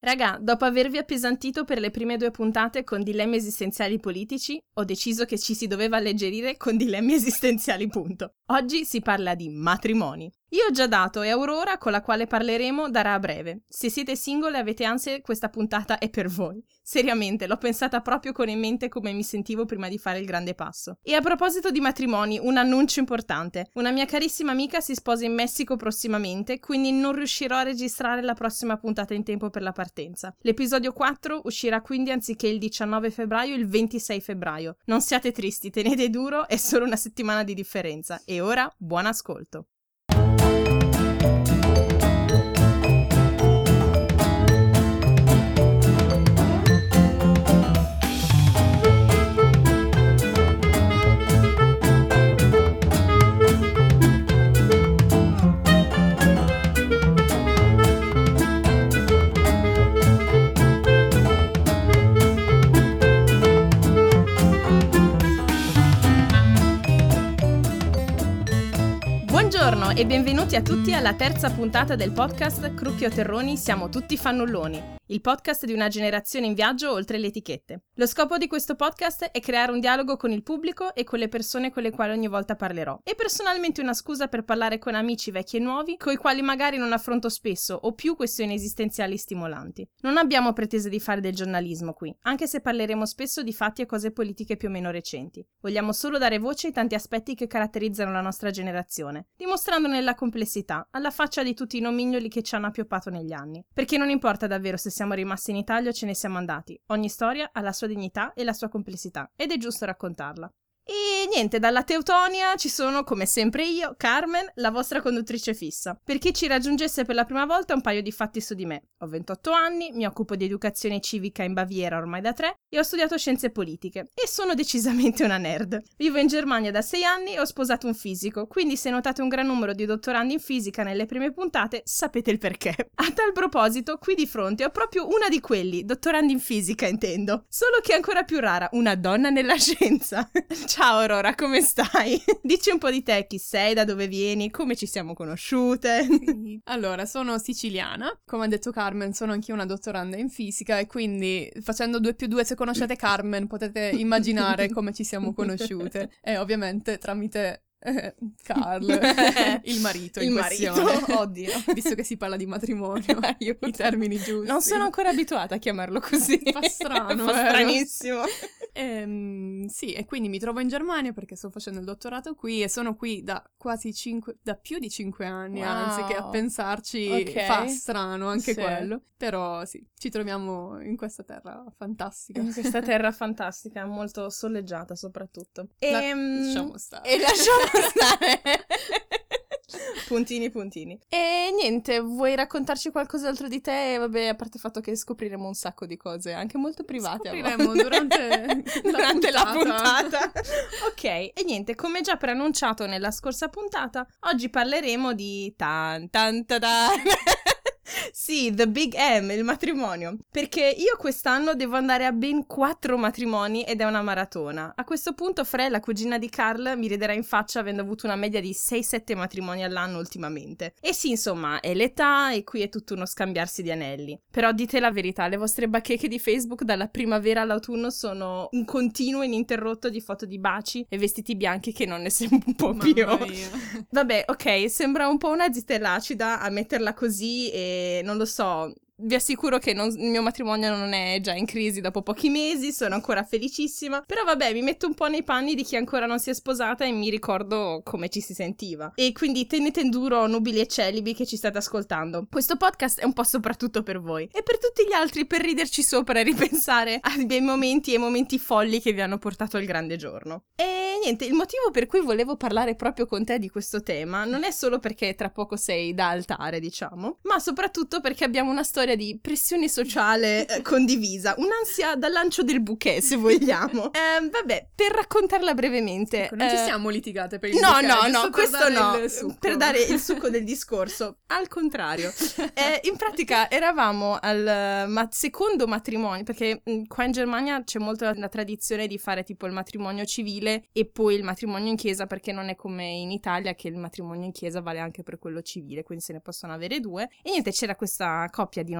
Raga, dopo avervi appesantito per le prime 2 puntate con dilemmi esistenziali politici, ho deciso che ci si doveva alleggerire con dilemmi esistenziali, punto. Oggi si parla di matrimoni. Io ho già dato e Aurora, con la quale parleremo, darà a breve. Se siete single e avete ansie, questa puntata è per voi. Seriamente, l'ho pensata proprio con in mente come mi sentivo prima di fare il grande passo. E a proposito di matrimoni, un annuncio importante. Una mia carissima amica si sposa in Messico prossimamente, quindi non riuscirò a registrare la prossima puntata in tempo per la partenza. L'episodio 4 uscirà quindi anziché il 19 febbraio, il 26 febbraio. Non siate tristi, tenete duro, è solo una settimana di differenza. E ora, buon ascolto. Buongiorno e benvenuti a tutti alla terza puntata del podcast Crucchi o Terroni, siamo tutti fannulloni, il podcast di una generazione in viaggio oltre le etichette. Lo scopo di questo podcast è creare un dialogo con il pubblico e con le persone con le quali ogni volta parlerò, e personalmente una scusa per parlare con amici vecchi e nuovi, coi quali magari non affronto spesso o più questioni esistenziali stimolanti. Non abbiamo pretese di fare del giornalismo qui, anche se parleremo spesso di fatti e cose politiche più o meno recenti. Vogliamo solo dare voce ai tanti aspetti che caratterizzano la nostra generazione, dimostrandone la complessità, alla faccia di tutti i nomignoli che ci hanno appioppato negli anni. Perché non importa davvero se siamo rimasti in Italia o ce ne siamo andati, ogni storia ha la sua dignità e la sua complessità, ed è giusto raccontarla. E niente, dalla Teutonia ci sono, come sempre io, Carmen, la vostra conduttrice fissa. Per chi ci raggiungesse per la prima volta, un paio di fatti su di me. Ho 28 anni, mi occupo di educazione civica in Baviera ormai da 3 e ho studiato scienze politiche. E sono decisamente una nerd. Vivo in Germania da 6 anni e ho sposato un fisico, quindi se notate un gran numero di dottorandi in fisica nelle prime puntate, sapete il perché. A tal proposito, qui di fronte ho proprio una di quelli, dottorandi in fisica intendo. Solo che è ancora più rara, una donna nella scienza. Ciao Aurora, come stai? Dici un po' di te, chi sei, da dove vieni, come ci siamo conosciute? Allora, sono siciliana, come ha detto Carmen, sono anch'io una dottoranda in fisica e quindi facendo 2+2 se conoscete Carmen potete immaginare come ci siamo conosciute e ovviamente tramite Carl, il marito in questione. Oddio. Visto che si parla di matrimonio, i termini giusti. Non sono ancora abituata a chiamarlo così. Fa strano, fa stranissimo. Sì, e quindi mi trovo in Germania perché sto facendo il dottorato qui e sono qui da più di 5 anni, wow. Anzi che a pensarci fa strano anche quello. Però sì, ci troviamo in questa terra fantastica. In questa terra fantastica, molto soleggiata soprattutto. Lasciamo stare. E lasciamo stare. Puntini. E niente, vuoi raccontarci qualcos'altro di te? Vabbè, a parte il fatto che scopriremo un sacco di cose, anche molto private. Scopriremo durante la puntata. Ok, e niente, come già preannunciato nella scorsa puntata, oggi parleremo di Sì, the big M, il matrimonio. Perché io quest'anno devo andare a ben 4 matrimoni ed è una maratona. A questo punto Fre, la cugina di Carl, mi riderà in faccia avendo avuto una media di 6-7 matrimoni all'anno ultimamente. E sì, insomma, è l'età e qui è tutto uno scambiarsi di anelli. Però dite la verità, le vostre bacheche di Facebook dalla primavera all'autunno sono un continuo ininterrotto di foto di baci e vestiti bianchi che non ne sembra un po' più. Vabbè, ok, sembra un po' una zitella acida a metterla così e non lo so, vi assicuro che il mio matrimonio non è già in crisi dopo pochi mesi, sono ancora felicissima, però vabbè, mi metto un po' nei panni di chi ancora non si è sposata e mi ricordo come ci si sentiva. E quindi tenete duro, nubili e celibi che ci state ascoltando. Questo podcast è un po' soprattutto per voi e per tutti gli altri, per riderci sopra e ripensare ai bei momenti e momenti folli che vi hanno portato al grande giorno. E niente, il motivo per cui volevo parlare proprio con te di questo tema non è solo perché tra poco sei da altare, diciamo, ma soprattutto perché abbiamo una storia di pressione sociale condivisa, un'ansia dal lancio del bouquet, se vogliamo. Vabbè, per raccontarla brevemente. Ecco, non ci siamo litigate per il bouquet. No, questo no, per dare il succo del discorso. Al contrario. In pratica eravamo al secondo matrimonio, perché qua in Germania c'è molto la tradizione di fare tipo il matrimonio civile e poi il matrimonio in chiesa, perché non è come in Italia che il matrimonio in chiesa vale anche per quello civile, quindi se ne possono avere 2. E niente, c'era questa coppia di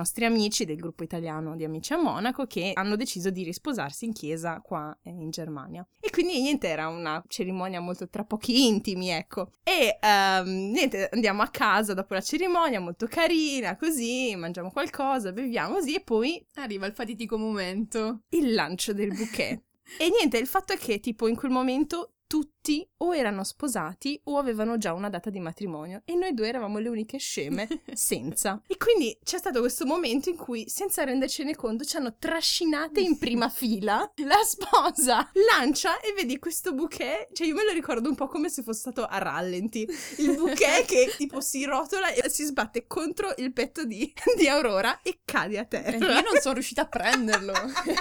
nostri amici del gruppo italiano di amici a Monaco che hanno deciso di risposarsi in chiesa qua in Germania. E quindi niente, era una cerimonia molto tra pochi intimi, ecco. E niente, andiamo a casa dopo la cerimonia, molto carina, così, mangiamo qualcosa, beviamo così e poi arriva il fatidico momento. Il lancio del bouquet. E niente, il fatto è che tipo in quel momento tutti o erano sposati o avevano già una data di matrimonio e noi due eravamo le uniche sceme senza. E quindi c'è stato questo momento in cui, senza rendercene conto, ci hanno trascinate in prima fila. La sposa lancia e vedi questo bouquet, cioè io me lo ricordo un po' come se fosse stato a rallenti. Il bouquet che tipo si rotola e si sbatte contro il petto di Aurora e cade a terra. Io non sono riuscita a prenderlo.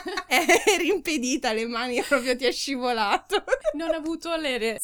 Eri impedita, le mani proprio ti è scivolato. Non ho avuto l'erezione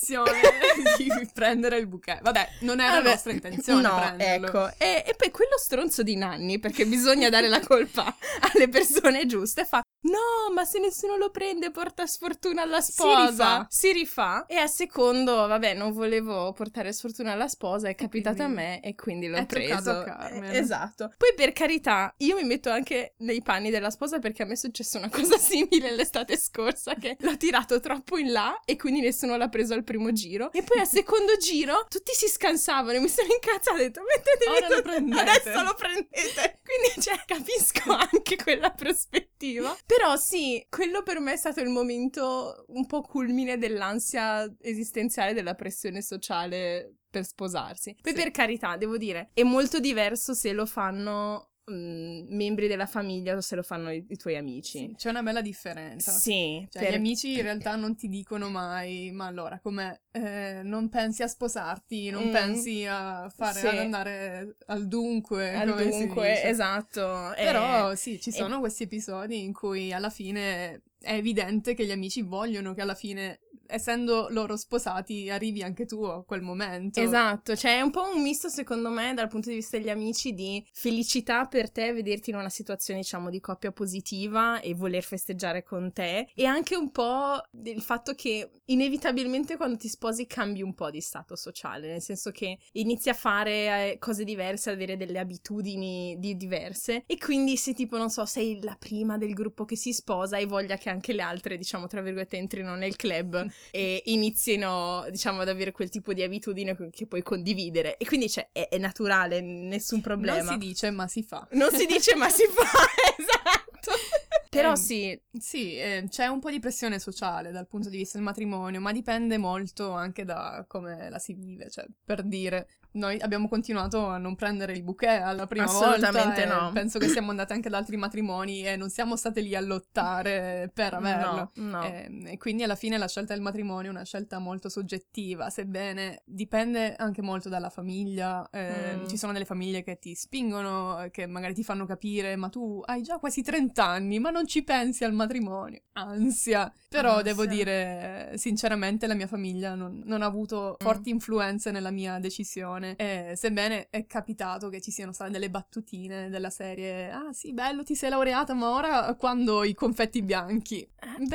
di prendere il bouquet. Vabbè, non era la nostra intenzione prenderlo. Ecco. E poi quello stronzo di Nanni, perché bisogna dare la colpa alle persone giuste, fa: no, ma se nessuno lo prende porta sfortuna alla sposa. Si rifà. E a secondo, vabbè, non volevo portare sfortuna alla sposa, è capitato a me e quindi l'ho preso. A Carmen. Esatto. Poi per carità, io mi metto anche nei panni della sposa perché a me è successa una cosa simile l'estate scorsa, che l'ho tirato troppo in là e quindi nessuno l'ha preso al primo giro. E poi al secondo giro tutti si scansavano e mi sono incazzata, ho detto mettetevi ora lo prendete. adesso lo prendete. Quindi cioè capisco anche quella prospettiva. Però sì, quello per me è stato il momento un po' culmine dell'ansia esistenziale, della pressione sociale per sposarsi. Poi per carità, devo dire, è molto diverso se lo fanno membri della famiglia o se lo fanno i tuoi amici. Sì, c'è una bella differenza. Sì. Cioè, gli amici in realtà non ti dicono mai: ma allora, com'è? Non pensi a sposarti? Non pensi a fare ad andare al dunque? Al come dunque, si dice. esatto. Però sì, ci sono questi episodi in cui alla fine è evidente che gli amici vogliono che alla fine, essendo loro sposati, arrivi anche tu a quel momento. Esatto, cioè è un po' un misto secondo me dal punto di vista degli amici di felicità per te vederti in una situazione diciamo di coppia positiva e voler festeggiare con te, e anche un po' del fatto che inevitabilmente quando ti sposi cambi un po' di stato sociale, nel senso che inizi a fare cose diverse, ad avere delle abitudini diverse, e quindi se tipo non so sei la prima del gruppo che si sposa hai voglia che anche le altre diciamo tra virgolette entrino nel club e inizino diciamo ad avere quel tipo di abitudine che puoi condividere, e quindi cioè, è naturale, nessun problema. Non si dice ma si fa. Non si dice ma si fa, esatto. Però sì. Sì, c'è un po' di pressione sociale dal punto di vista del matrimonio, ma dipende molto anche da come la si vive, cioè per dire, noi abbiamo continuato a non prendere il bouquet alla prima volta. Assolutamente no. Penso che siamo andate anche ad altri matrimoni e non siamo state lì a lottare per averlo. No. E quindi alla fine la scelta del matrimonio è una scelta molto soggettiva, sebbene dipende anche molto dalla famiglia. Ci sono delle famiglie che ti spingono, che magari ti fanno capire: ma tu hai già quasi 30 anni, ma non ci pensi al matrimonio. Ansia. Però devo dire, sinceramente, la mia famiglia non ha avuto forti influenze nella mia decisione. Sebbene è capitato che ci siano state delle battutine della serie: ah sì, bello, ti sei laureata, ma ora quando i confetti bianchi?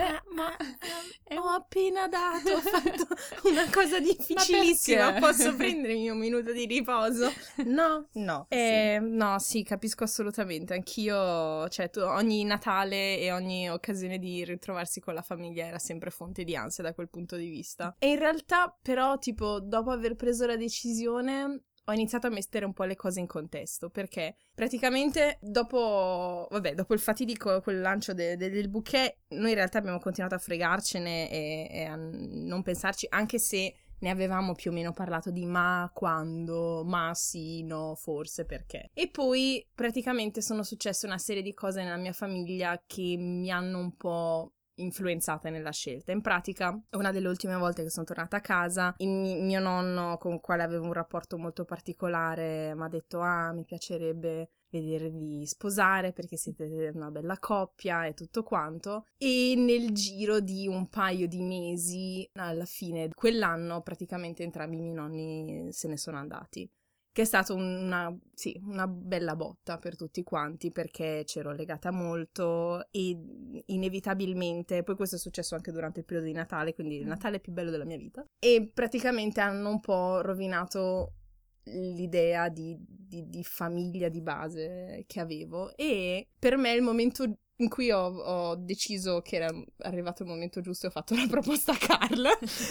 Ho appena dato, ho fatto una cosa difficilissima, posso prendermi un minuto di riposo? No. No, sì, capisco assolutamente, anch'io, cioè ogni Natale e ogni occasione di ritrovarsi con la famiglia era sempre fonte di ansia da quel punto di vista. E in realtà però tipo dopo aver preso la decisione ho iniziato a mettere un po' le cose in contesto, perché praticamente dopo il fatidico quel lancio del bouquet, noi in realtà abbiamo continuato a fregarcene e a non pensarci, anche se ne avevamo più o meno parlato di ma quando, ma sì, no, forse, perché. E poi praticamente sono successe una serie di cose nella mia famiglia che mi hanno un po' influenzata nella scelta. In pratica, una delle ultime volte che sono tornata a casa, mio nonno, con il quale avevo un rapporto molto particolare, mi ha detto: mi piacerebbe vedervi sposare perché siete una bella coppia e tutto quanto. E nel giro di un paio di mesi, alla fine di quell'anno, praticamente entrambi i miei nonni se ne sono andati. Che è stata una bella botta per tutti quanti, perché c'ero legata molto e inevitabilmente, poi questo è successo anche durante il periodo di Natale, quindi il Natale più bello della mia vita, e praticamente hanno un po' rovinato l'idea di famiglia di base che avevo, e per me il momento in cui ho deciso che era arrivato il momento giusto, ho fatto la proposta a Carl.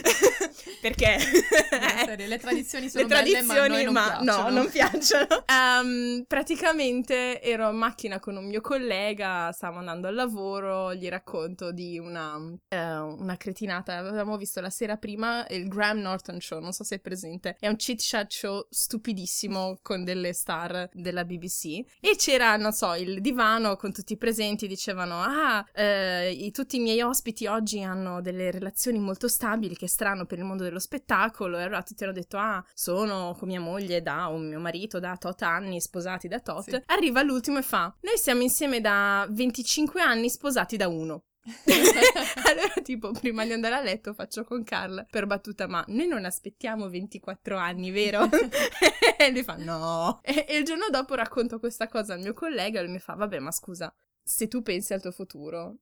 Perché le tradizioni sono belle, ma a noi non piacciono. No, non piacciono. Praticamente ero in macchina con un mio collega, stavo andando al lavoro, gli racconto di una cretinata. Avevamo visto la sera prima il Graham Norton Show, non so se è presente. È un chit chat show stupidissimo con delle star della BBC, e c'era, non so, il divano con tutti i presenti, dicevano tutti i miei ospiti oggi hanno delle relazioni molto stabili, che è strano per il mondo dello spettacolo, e allora tutti hanno detto sono con mia moglie mio marito da tot anni, sposati da tot. Sì. Arriva l'ultimo e fa: noi siamo insieme da 25 anni, sposati da 1. Allora, tipo, prima di andare a letto faccio con Carl per battuta: ma noi non aspettiamo 24 anni, vero? E lui fa: no. E il giorno dopo racconto questa cosa al mio collega e lui mi fa: vabbè, ma scusa, se tu pensi al tuo futuro,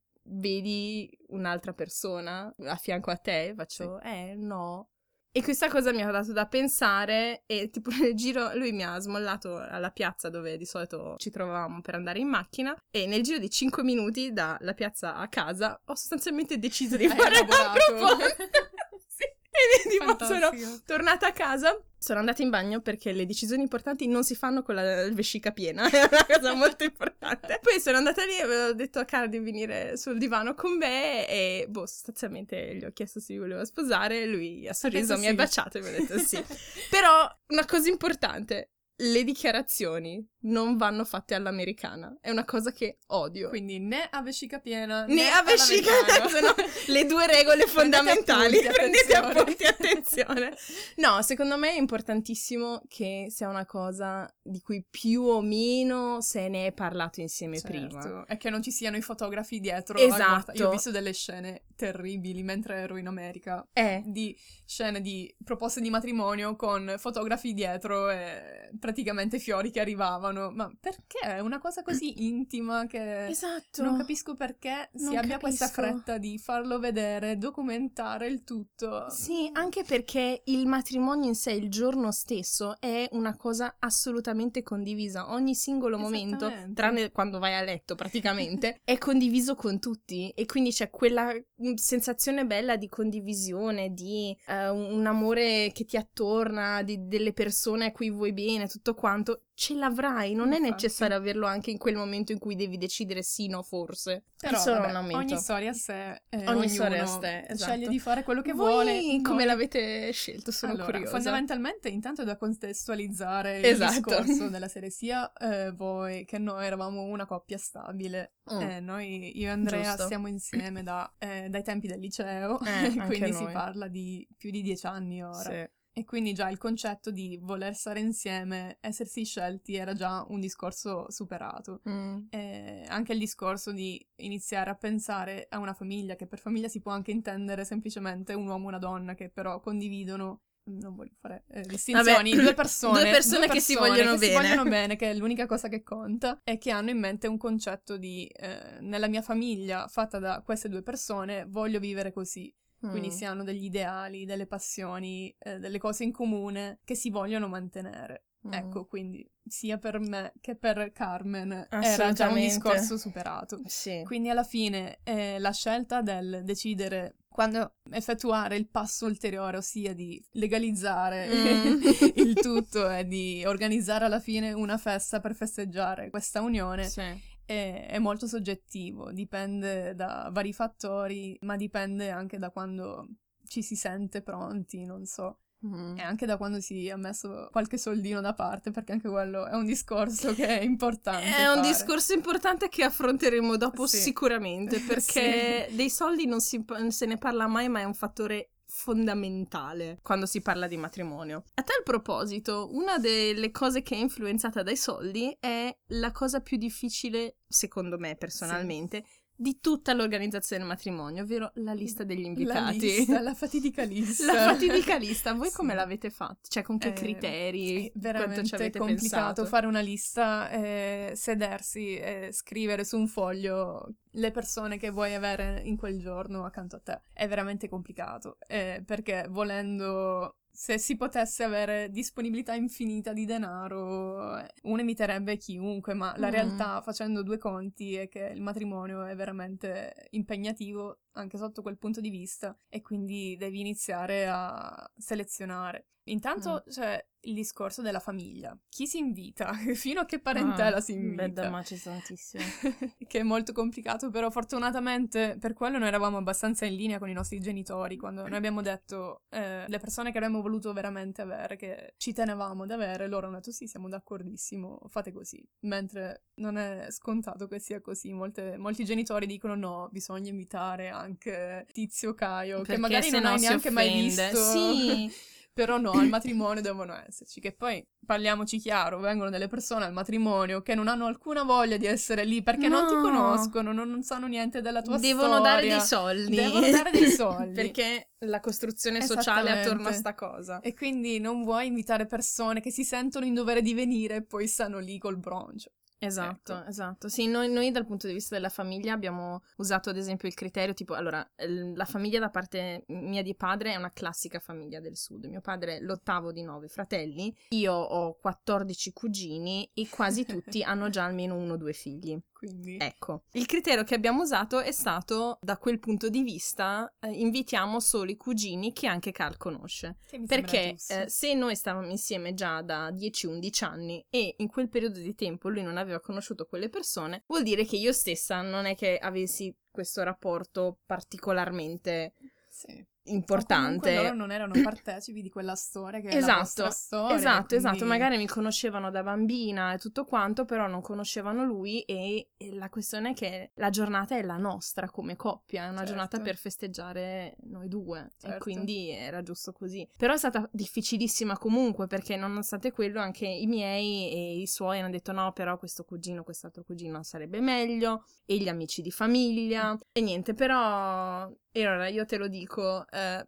vedi un'altra persona a fianco a te? Faccio: no. E questa cosa mi ha dato da pensare, e tipo nel giro lui mi ha smollato alla piazza dove di solito ci trovavamo per andare in macchina, e nel giro di 5 minuti dalla piazza a casa ho sostanzialmente deciso di fare la proposta. Sì. E tipo sono tornata a casa, sono andata in bagno perché le decisioni importanti non si fanno con la vescica piena, è una cosa molto importante. Poi sono andata lì e avevo detto a Carl di venire sul divano con me, e sostanzialmente gli ho chiesto se mi voleva sposare, lui ha sorriso, mi ha baciato e mi ha detto sì. Però una cosa importante: le dichiarazioni non vanno fatte all'americana, è una cosa che odio. Quindi né a vescica piena né a vescica, sono le due regole fondamentali. Prendete appunti, attenzione. No, secondo me è importantissimo che sia una cosa di cui più o meno se ne è parlato insieme prima. E che non ci siano i fotografi dietro. Esatto. Io ho visto delle scene terribili mentre ero in America, di scene di proposte di matrimonio con fotografi dietro e praticamente fiori che arrivavano. Ma perché? È una cosa così intima che non capisco perché si abbia questa fretta di farlo vedere, documentare il tutto. Sì, anche perché il matrimonio in sé, il giorno stesso, è una cosa assolutamente condivisa. Ogni singolo momento, tranne quando vai a letto praticamente, è condiviso con tutti, e quindi c'è quella sensazione bella di condivisione, di un amore che ti attorna, delle persone a cui vuoi bene, tutto quanto. Ce l'avrai, non è necessario averlo anche in quel momento in cui devi decidere sì, no, forse. Però ogni storia a sé, ogni storia a sé, sceglie di fare quello che voi vuole. Come l'avete scelto? Sono curiosa. Fondamentalmente, intanto è da contestualizzare il discorso della serie, sia voi che noi eravamo una coppia stabile. Noi, io e Andrea, stiamo insieme dai tempi del liceo, quindi si parla di più di 10 anni ora. Sì. E quindi già il concetto di voler stare insieme, essersi scelti, era già un discorso superato. Anche il discorso di iniziare a pensare a una famiglia, che per famiglia si può anche intendere semplicemente un uomo e una donna che però condividono, non voglio fare distinzioni, due persone che si vogliono bene, che è l'unica cosa che conta, e che hanno in mente un concetto di nella mia famiglia fatta da queste due persone voglio vivere così. Quindi si hanno degli ideali, delle passioni, delle cose in comune che si vogliono mantenere. Ecco, quindi sia per me che per Carmen era già un discorso superato. Sì. Quindi alla fine la scelta del decidere quando effettuare il passo ulteriore, ossia di legalizzare il tutto e di organizzare alla fine una festa per festeggiare questa unione. Sì. È molto soggettivo, dipende da vari fattori, ma dipende anche da quando ci si sente pronti, non so. E anche da quando si è messo qualche soldino da parte, perché anche quello è un discorso che è importante. È un discorso importante che affronteremo dopo sicuramente, perché dei soldi non se ne parla mai, ma è un fattore fondamentale quando si parla di matrimonio. A tal proposito, una delle cose che è influenzata dai soldi è la cosa più difficile, secondo me personalmente, di tutta l'organizzazione del matrimonio, ovvero la lista degli invitati. La fatidica lista. La fatidica lista. Voi come l'avete fatta? Cioè, con che criteri? È veramente ci avete complicato pensato? fare una lista, sedersi e scrivere su un foglio le persone che vuoi avere in quel giorno accanto a te. È veramente complicato, perché volendo se si potesse avere disponibilità infinita di denaro, uno imiterebbe chiunque, ma la realtà, facendo due conti, è che il matrimonio è veramente impegnativo anche sotto quel punto di vista, e quindi devi iniziare a selezionare. Intanto c'è il discorso della famiglia. Chi si invita? Fino a che parentela si invita? Ma c'è tantissimo. Che è molto complicato, però fortunatamente per quello noi eravamo abbastanza in linea con i nostri genitori, quando noi abbiamo detto le persone che avremmo voluto veramente avere, che ci tenevamo ad avere, loro hanno detto sì, siamo d'accordissimo, fate così. Mentre non è scontato che sia così. Molti genitori dicono no, bisogna invitare anche Tizio Caio, Perché che magari non hai neanche mai visto. Sì. Però no, al matrimonio devono esserci, che poi, parliamoci chiaro, vengono delle persone al matrimonio che non hanno alcuna voglia di essere lì perché non ti conoscono, non sanno niente della tua storia. Devono dare dei soldi. Devono dare dei soldi. Perché la costruzione sociale attorno a sta cosa. E quindi non vuoi invitare persone che si sentono in dovere di venire e poi stanno lì col broncio. Esatto, esatto. Sì, noi dal punto di vista della famiglia abbiamo usato ad esempio il criterio tipo, allora, la famiglia da parte mia di padre è una classica famiglia del sud. Mio padre è l'8º di 9 fratelli, io ho 14 cugini e quasi tutti hanno già almeno 1 o 2 figli. Quindi ecco, il criterio che abbiamo usato è stato, da quel punto di vista, invitiamo solo i cugini che anche Carl conosce. Perché se noi stavamo insieme già da 10-11 anni e in quel periodo di tempo lui non aveva conosciuto quelle persone, vuol dire che io stessa non è che avessi questo rapporto particolarmente importante. Loro non erano partecipi di quella storia che è la vostra storia. Esatto, magari mi conoscevano da bambina e tutto quanto, però non conoscevano lui, e la questione è che la giornata è la nostra come coppia, è una giornata per festeggiare noi due, e quindi era giusto così. Però è stata difficilissima comunque, perché nonostante quello anche i miei e i suoi hanno detto no, però questo cugino, quest'altro cugino sarebbe meglio, e gli amici di famiglia, e niente, però... E allora io te lo dico,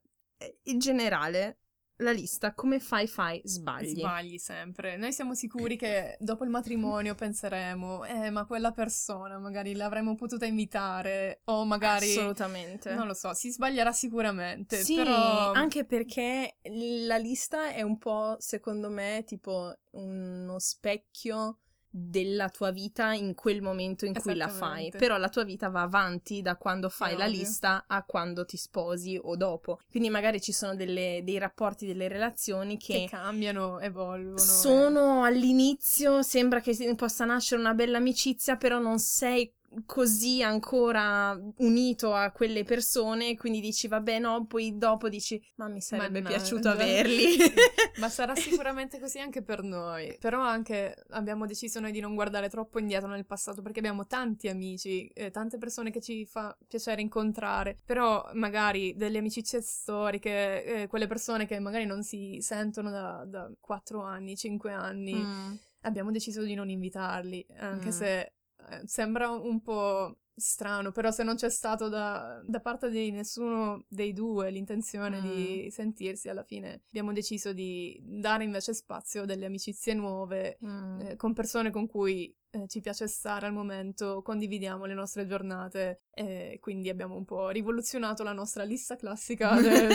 in generale, la lista, come fai, sbagli. Sbagli sempre. Noi siamo sicuri che dopo il matrimonio penseremo, ma quella persona magari l'avremmo potuta invitare, o magari... Assolutamente. Non lo so, si sbaglierà sicuramente. Sì, però... anche perché la lista è un po', secondo me, tipo uno specchio della tua vita in quel momento in cui la fai, però la tua vita va avanti da quando fai la lista a quando ti sposi o dopo, quindi magari ci sono dei rapporti, delle relazioni che cambiano, evolvono, sono all'inizio, sembra che possa nascere una bella amicizia, però non sei così ancora unito a quelle persone, quindi dici vabbè no, poi dopo dici ma mi sarebbe piaciuto averli. Ma sarà sicuramente così anche per noi, però anche abbiamo deciso noi di non guardare troppo indietro nel passato, perché abbiamo tanti amici, tante persone che ci fa piacere incontrare, però magari delle amicizie storiche, quelle persone che magari non si sentono da 4 anni, 5 anni, abbiamo deciso di non invitarli, anche se sembra un po' strano, però se non c'è stato da parte di nessuno dei due l'intenzione di sentirsi, alla fine abbiamo deciso di dare invece spazio a delle amicizie nuove, con persone con cui ci piace stare al momento, condividiamo le nostre giornate, e quindi abbiamo un po' rivoluzionato la nostra lista classica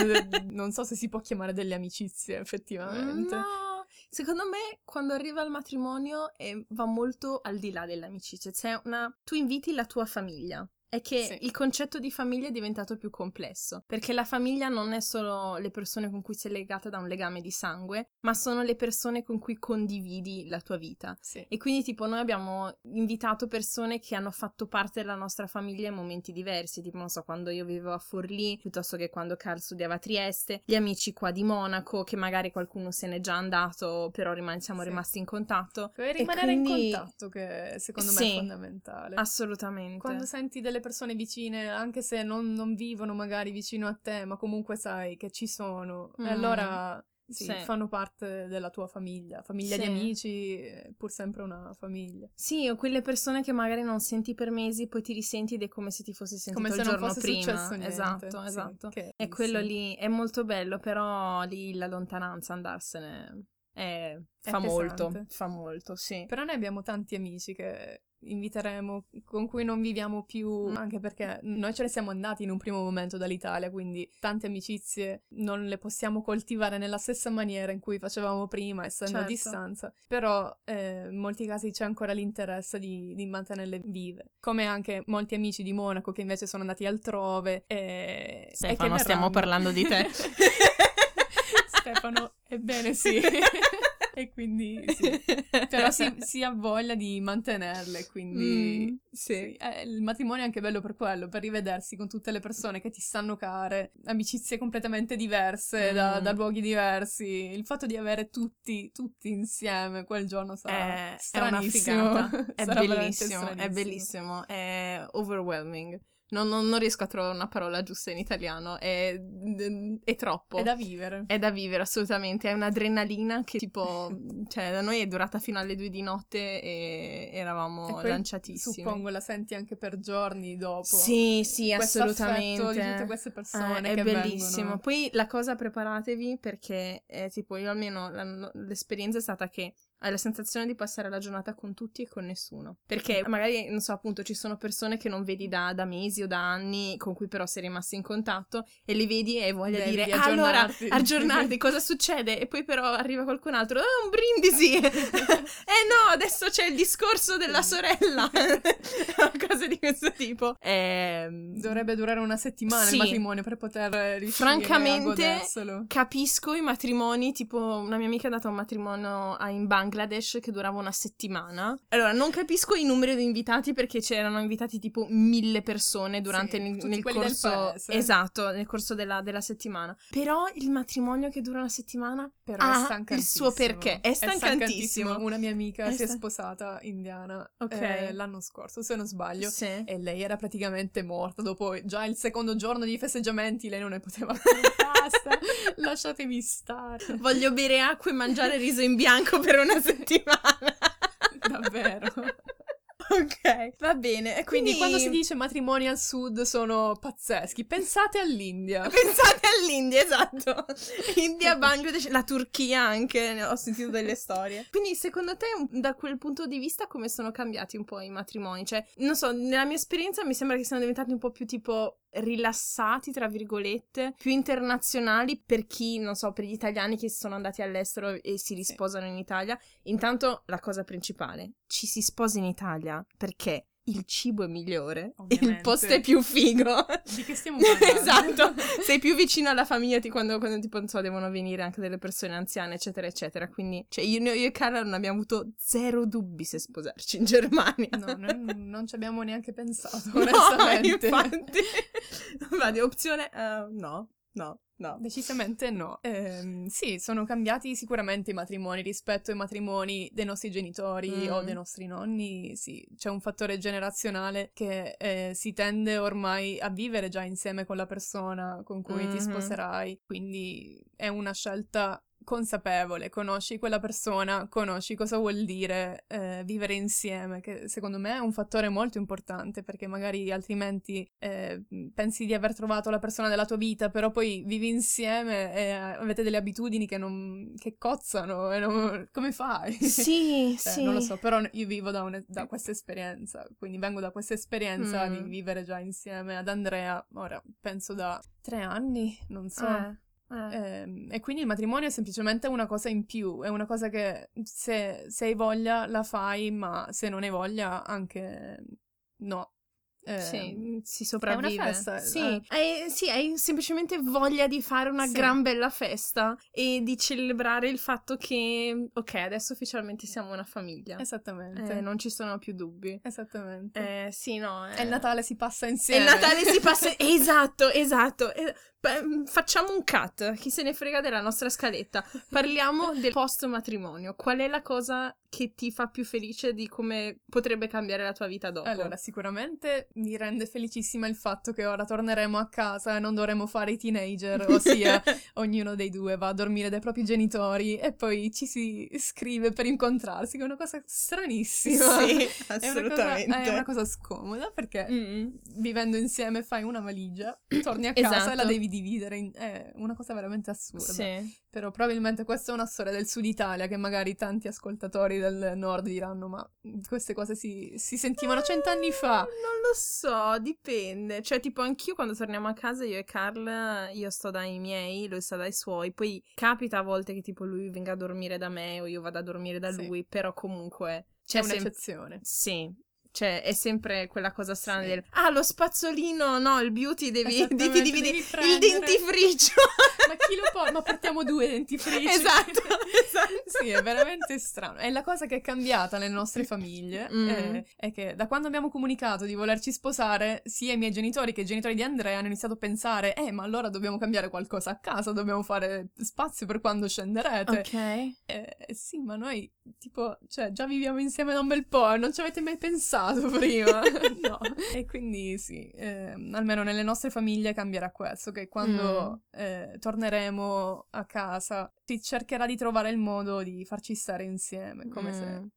non so se si può chiamare delle amicizie effettivamente. No, secondo me quando arriva il matrimonio va molto al di là dell'amicizia, tu inviti la tua famiglia. È che il concetto di famiglia è diventato più complesso, perché la famiglia non è solo le persone con cui sei legata da un legame di sangue, ma sono le persone con cui condividi la tua vita. E quindi tipo noi abbiamo invitato persone che hanno fatto parte della nostra famiglia in momenti diversi, tipo non so, quando io vivevo a Forlì, piuttosto che quando Carl studiava a Trieste, gli amici qua di Monaco, che magari qualcuno se n'è già andato, però siamo rimasti in contatto. Per rimanere in contatto, che secondo me è fondamentale. Assolutamente. Quando senti delle persone vicine, anche se non vivono magari vicino a te, ma comunque sai che ci sono, e allora fanno parte della tua famiglia di amici, è pur sempre una famiglia. Sì, o quelle persone che magari non senti per mesi, poi ti risenti ed è come se ti fossi sentito il giorno prima. Esatto. E quello lì è molto bello, però lì la lontananza, andarsene fa molto, sì. Però noi abbiamo tanti amici che inviteremo, con cui non viviamo più, anche perché noi ce ne siamo andati in un primo momento dall'Italia, quindi tante amicizie non le possiamo coltivare nella stessa maniera in cui facevamo prima, essendo a distanza, però in molti casi c'è ancora l'interesse di mantenerle vive, come anche molti amici di Monaco che invece sono andati altrove Stefano, stiamo parlando di te. Stefano, ebbene sì. E quindi sì, però si ha voglia di mantenerle, quindi sì. Il matrimonio è anche bello per quello, per rivedersi con tutte le persone che ti stanno care, amicizie completamente diverse, da luoghi diversi, il fatto di avere tutti insieme quel giorno sarà stranissimo. È una figata, È bellissimo, è overwhelming. Non riesco a trovare una parola giusta in italiano, è troppo. È da vivere. È da vivere, assolutamente. È un'adrenalina che tipo, cioè da noi è durata fino alle 2 di notte e eravamo lanciatissimi. Suppongo la senti anche per giorni dopo. Sì, assolutamente. Di tutte queste persone è che bellissimo. vengono. Poi la cosa, preparatevi, perché tipo io almeno l'esperienza è stata che hai la sensazione di passare la giornata con tutti e con nessuno. Perché magari, non so, appunto, ci sono persone che non vedi da mesi o da anni, con cui però sei rimasti in contatto, e li vedi e hai voglia di dire allora, aggiornarti, cosa succede? E poi però arriva qualcun altro, un brindisi! No, adesso c'è il discorso della sorella! Cose di questo tipo. Dovrebbe durare una settimana il matrimonio per poter riuscire francamente, a goderselo. Capisco i matrimoni, tipo una mia amica è andata a un matrimonio in Bangladesh che durava una settimana. Allora, non capisco i numeri di invitati, perché c'erano invitati tipo 1000 persone durante nel corso, esatto, nel corso della settimana. Però il matrimonio che dura una settimana però è stancantissimo. Il suo perché è stancantissimo. Una mia amica si è sposata indiana l'anno scorso, se non sbaglio, e lei era praticamente morta dopo già il secondo giorno di festeggiamenti. Lei non ne poteva più. Basta, lasciatemi stare, voglio bere acqua e mangiare riso in bianco per una settimana. Davvero. Ok, va bene. Quindi quando si dice matrimoni al sud sono pazzeschi, pensate all'India. Pensate all'India, esatto. India, Bangladesh, la Turchia anche, ho sentito delle storie. Quindi secondo te, da quel punto di vista, come sono cambiati un po' i matrimoni? Cioè, non so, nella mia esperienza mi sembra che siano diventati un po' più tipo rilassati, tra virgolette, più internazionali per chi, non so, per gli italiani che sono andati all'estero e si risposano in Italia. Intanto la cosa principale, ci si sposa in Italia perché il cibo è migliore, il posto è più figo. Di che stiamo parlando? Esatto, sei più vicino alla famiglia quando tipo, non so, devono venire anche delle persone anziane, eccetera, eccetera. Quindi, cioè, io e Carla non abbiamo avuto zero dubbi se sposarci in Germania. No, noi non ci abbiamo neanche pensato, onestamente. No, infatti. Vadi, opzione, no. Decisamente no. Sì, sono cambiati sicuramente i matrimoni rispetto ai matrimoni dei nostri genitori o dei nostri nonni. Sì, c'è un fattore generazionale che si tende ormai a vivere già insieme con la persona con cui ti sposerai, quindi è una scelta consapevole, conosci quella persona, conosci cosa vuol dire vivere insieme, che secondo me è un fattore molto importante, perché magari altrimenti pensi di aver trovato la persona della tua vita, però poi vivi insieme e avete delle abitudini che cozzano e come fai? Sì, cioè, sì. Non lo so, però io vivo da questa esperienza, quindi vengo da questa esperienza di vivere già insieme ad Andrea, ora penso da 3 anni, non so. E quindi il matrimonio è semplicemente una cosa in più, è una cosa che se hai voglia la fai, ma se non hai voglia anche no. Sì, si sopravvive. È una festa. Sì, hai semplicemente voglia di fare una gran bella festa e di celebrare il fatto che, ok, adesso ufficialmente siamo una famiglia. Esattamente. Non ci sono più dubbi. Esattamente. Sì, no. E il Natale si passa insieme. E il Natale si passa... Esatto. Facciamo un cut, chi se ne frega della nostra scaletta. Parliamo del post matrimonio. Qual è la cosa che ti fa più felice di come potrebbe cambiare la tua vita dopo? Allora, sicuramente mi rende felicissima il fatto che ora torneremo a casa e non dovremo fare i teenager, ossia ognuno dei due va a dormire dai propri genitori e poi ci si scrive per incontrarsi, che è una cosa stranissima. Sì, assolutamente. È una cosa scomoda, perché vivendo insieme fai una valigia, torni a casa e la devi dividere, è una cosa veramente assurda. Sì. Però probabilmente questa è una storia del Sud Italia che magari tanti ascoltatori fuori del nord diranno ma queste cose si sentivano 100 anni fa. Non lo so, dipende. Cioè, tipo, anch'io quando torniamo a casa, io e Carl, io sto dai miei, lui sta dai suoi. Poi capita a volte che tipo lui venga a dormire da me o io vado a dormire da lui, però comunque c'è un'eccezione. Sì. Cioè, è sempre quella cosa strana Sì. del lo spazzolino, no, il beauty devi devi il dentifricio. Ma chi lo può? Ma portiamo 2 dentifrici. Esatto. Sì, è veramente strano. È la cosa che è cambiata nelle nostre famiglie, è che da quando abbiamo comunicato di volerci sposare, sia i miei genitori che i genitori di Andrea hanno iniziato a pensare ma allora dobbiamo cambiare qualcosa a casa, dobbiamo fare spazio per quando scenderete. Ok. Sì, ma noi, tipo, cioè, già viviamo insieme da un bel po', non ci avete mai pensato prima? No. E quindi sì, almeno nelle nostre famiglie cambierà questo, che quando torneremo a casa si cercherà di trovare il modo di farci stare insieme, come se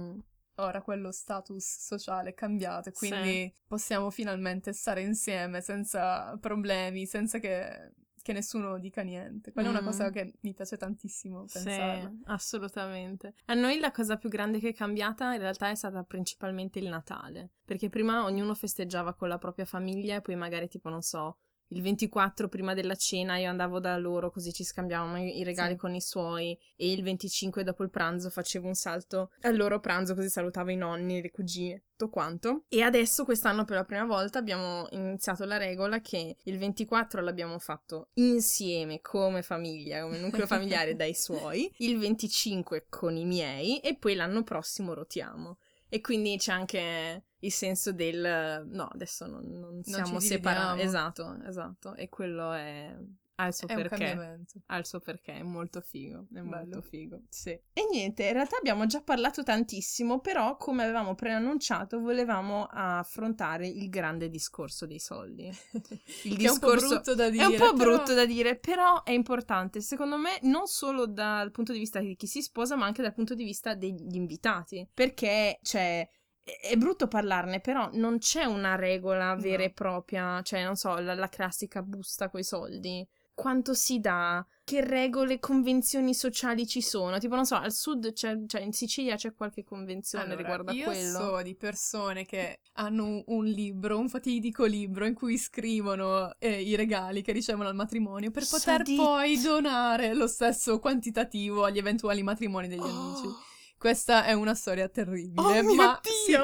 ora quello status sociale è cambiato e quindi possiamo finalmente stare insieme senza problemi, senza che nessuno dica niente. Quella è una cosa che mi piace tantissimo pensare. Sì, assolutamente. A noi la cosa più grande che è cambiata in realtà è stata principalmente il Natale, perché prima ognuno festeggiava con la propria famiglia e poi magari tipo, non so, il 24 prima della cena io andavo da loro così ci scambiavamo i regali con i suoi e il 25 dopo il pranzo facevo un salto al loro pranzo così salutavo i nonni, le cugine, tutto quanto. E adesso quest'anno per la prima volta abbiamo iniziato la regola che il 24 l'abbiamo fatto insieme come famiglia, come nucleo familiare dai suoi, il 25 con i miei e poi l'anno prossimo rotiamo. E quindi c'è anche il senso del no, adesso non siamo separati. Esatto. E quello ha il suo perché. Un cambiamento. Ha il suo perché, è molto figo. È molto figo. Sì. E niente, in realtà abbiamo già parlato tantissimo, però, come avevamo preannunciato, volevamo affrontare il grande discorso dei soldi. Il discorso è un po' brutto da dire. È un po' brutto da dire, però è importante, secondo me, non solo dal punto di vista di chi si sposa, ma anche dal punto di vista degli invitati. Perché, cioè, è brutto parlarne, però non c'è una regola vera e propria, cioè, non so, la classica busta coi soldi. Quanto si dà? Che regole, convenzioni sociali ci sono? Tipo, non so, al sud cioè in Sicilia c'è qualche convenzione riguardo a quello? Io so di persone che hanno un libro, un fatidico libro in cui scrivono i regali che ricevono al matrimonio per poter poi donare lo stesso quantitativo agli eventuali matrimoni degli amici. Questa è una storia terribile, ma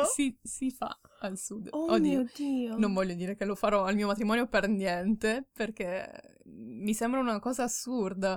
si fa al sud. Oh mio Dio! Non voglio dire che lo farò al mio matrimonio per niente, perché mi sembra una cosa assurda.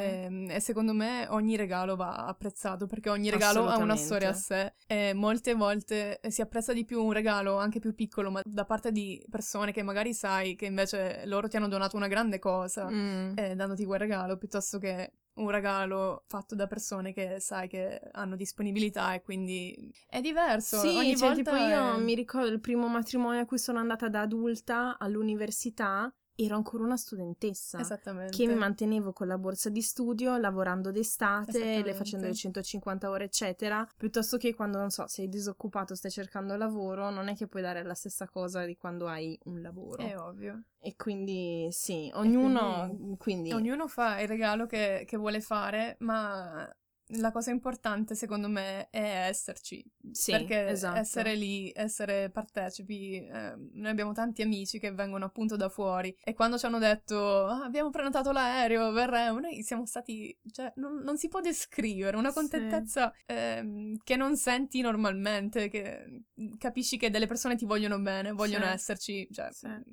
E secondo me ogni regalo va apprezzato, perché ogni regalo ha una storia a sé. E molte volte si apprezza di più un regalo anche più piccolo, ma da parte di persone che magari sai che invece loro ti hanno donato una grande cosa, dandoti quel regalo, piuttosto che un regalo fatto da persone che sai che hanno disponibilità e quindi è diverso. Sì, ogni cioè volta tipo io mi ricordo il primo matrimonio a cui sono andata da adulta all'università, ero ancora una studentessa. Esattamente. Che mi mantenevo con la borsa di studio, lavorando d'estate, le facendo le 150 ore eccetera, piuttosto che quando, non so, sei disoccupato, stai cercando lavoro, non è che puoi dare la stessa cosa di quando hai un lavoro. È ovvio. E quindi sì, ognuno ognuno fa il regalo che vuole fare, ma la cosa importante secondo me è esserci, perché essere lì, essere partecipi, noi abbiamo tanti amici che vengono appunto da fuori e quando ci hanno detto abbiamo prenotato l'aereo, verremo, noi siamo stati, cioè non si può descrivere, una contentezza che non senti normalmente, che capisci che delle persone ti vogliono bene, vogliono esserci, cioè